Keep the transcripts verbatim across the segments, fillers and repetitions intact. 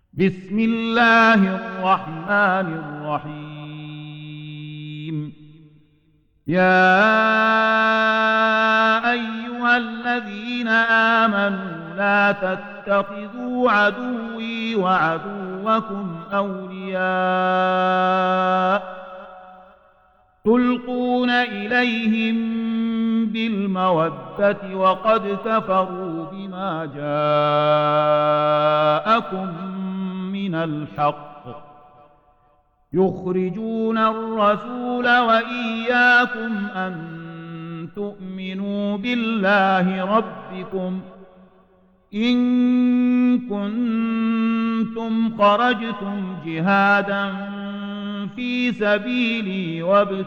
بسم الله الرحمن الرحيم. يا أيها الذين آمنوا لا تتخذوا عدوي وعدوكم أولياء تلقون إليهم بالمودة وقد كفروا بما جاءكم من الحق يخرجون الرسول وإياكم أن تؤمنوا بالله ربكم إن كنتم خرجتم جهادا في سبيلي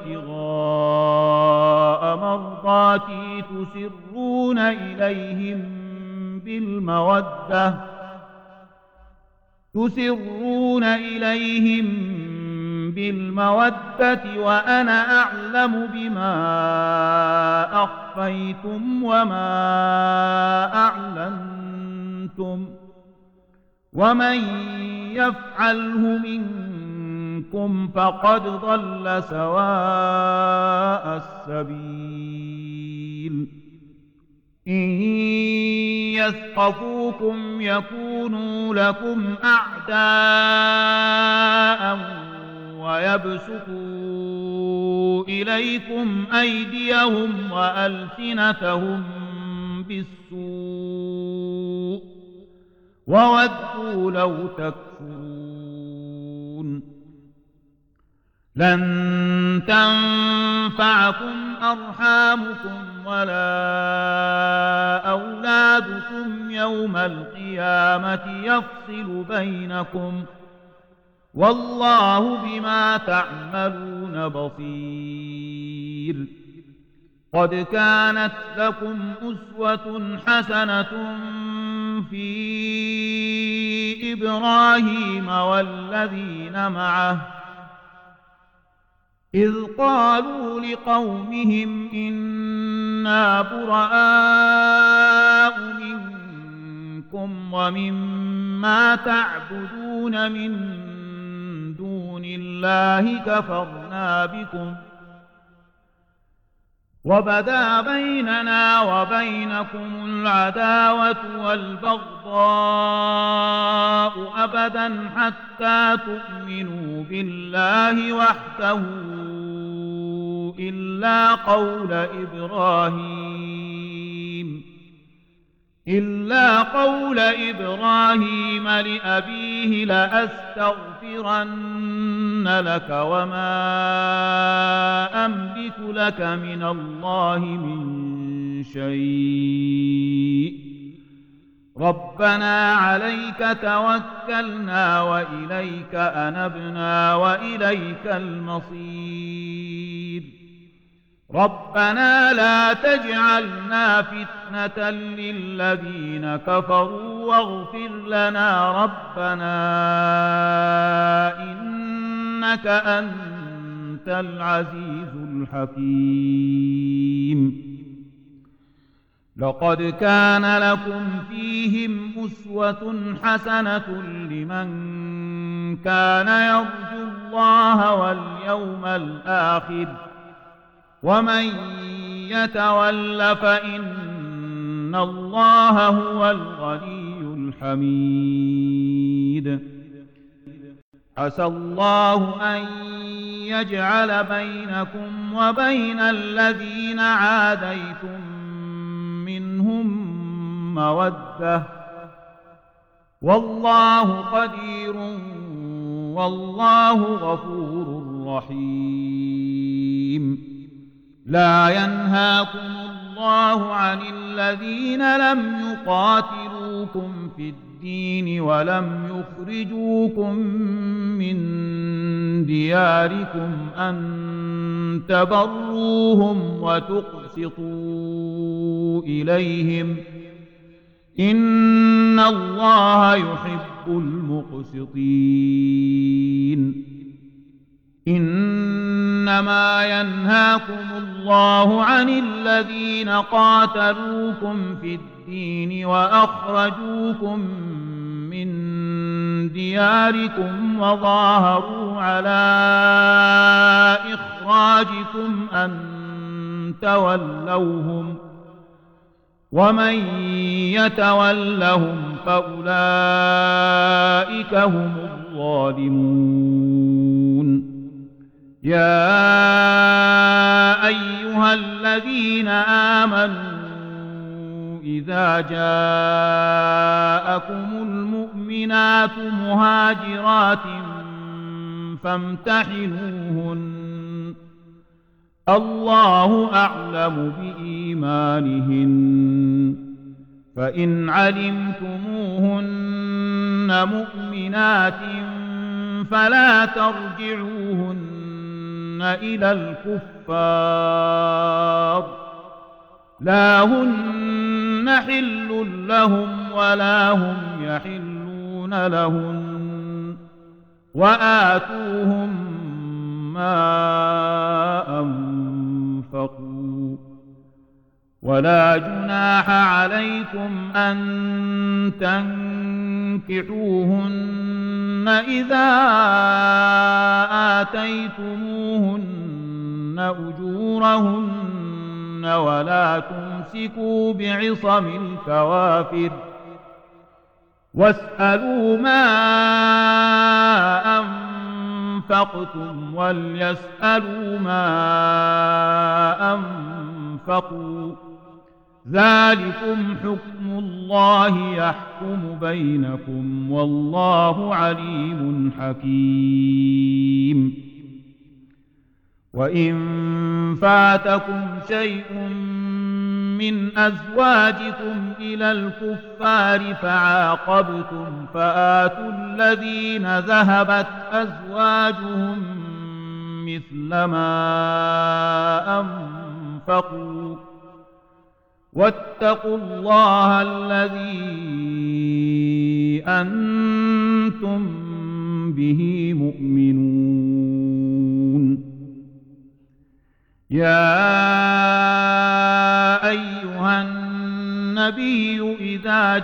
وابتغاء مرضاتي تسرون إليهم بالمودة تسرون إليهم بالمودة وأنا أعلم بما أخفيتم وما أعلنتم ومن يفعله منكم فقد ضل سواء السبيل. إن يثقفوكم يكونوا لكم أعداء ويبسطوا إليكم أيديهم وألسنتهم بالسوء وودوا لو تكفرون. لن تنفعكم أرحامكم ولا أولادكم يوم القيامة يفصل بينكم والله بما تعملون بصير. قد كانت لكم أسوة حسنة في إبراهيم والذين معه إذ قالوا لقومهم إنا براء منكم ومما تعبدون من دون الله كفرنا بكم وبدا بيننا وبينكم العداوة والبغضاء أبدا حتى تؤمنوا بالله وحده إلا قول إبراهيم إلا قول إبراهيم لأبيه لأستغفرن لك وما أملك لك من الله من شيء ربنا عليك توكلنا وإليك أنبنا وإليك المصير. ربنا لا تجعلنا فتنة للذين كفروا واغفر لنا ربنا إنك أنت العزيز الحكيم. لقد كان لكم فيهم أسوة حسنة لمن كان يرجو الله واليوم الآخر ومن يتول فإن الله هو الغني الحميد. عسى الله أن يجعل بينكم وبين الذين عاديتم منهم مودة والله قدير والله غفور رحيم. لا ينهاكم الله عن الذين لم يقاتلوكم في الدين ولم يخرجوكم من دياركم أن تبروهم وتقسطوا إليهم إن الله يحب المقسطين. إنما ينهاكم الله عن الذين قاتلوكم في الدين وأخرجوكم من دياركم وظاهروا على إخراجكم أن تولوهم ومن يتولهم فأولئك هم الظالمون يا أيها الذين آمنوا إذا جاءكم المؤمنات مهاجرات فامتحنوهن الله أعلم بإيمانهن فإن علمتموهن مؤمنات فلا ترجعوهن إلى الكفار لا هن حل لهم ولا هم يحلون لهن وآتوهم ما أنفقوا ولا جناح عليكم أن تنكحوهن إذا آتيتموهن أجورهن ولا تمسكوا بعصم الكوافر واسألوا ما أنفقتم وليسألوا ما أنفقوا ذلكم حكم الله يحكم بينكم والله عليم حكيم وإن فاتكم شيء من أزواجكم إلى الكفار فعاقبتم فآتوا الذين ذهبت أزواجهم مثل ما أنفقوا واتقوا الله الذي أنتم به مؤمنون يا أيها النبي إذا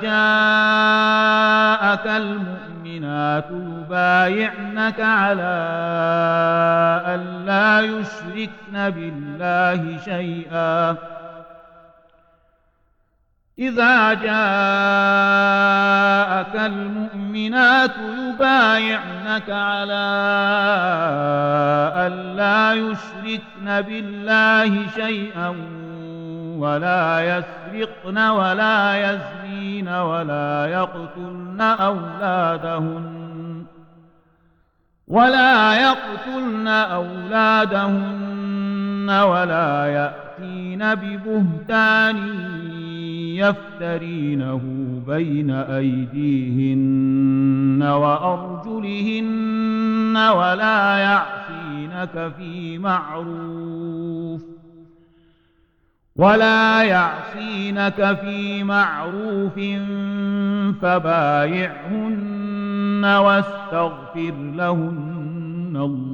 جاءك المؤمنات يبايعنك على أن لا يشركن بالله شيئا إذا جاءك المؤمنات يبايعنك على أن لا يشركن بالله شيئا ولا يسرقن ولا يزنين ولا يقتلن أولادهن ولا يقتلن أولادهن ولا يأتين ببهتان يفترينه بين أيديهن وأرجلهن ولا يعصينك في معروف ولا يعصينك في معروف فبايعهن واستغفر لهن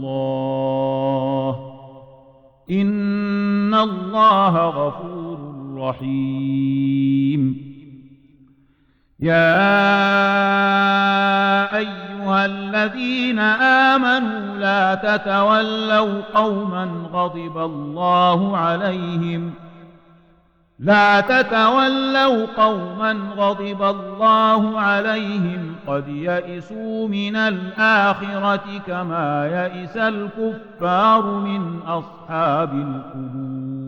الله إن الله غفور رحيم يا أيها الذين آمنوا لا تتولوا قوما غضب الله عليهم لا تتولوا قوما غضب الله عليهم قد يئسوا من الآخرة كما يئس الكفار من أصحاب القبور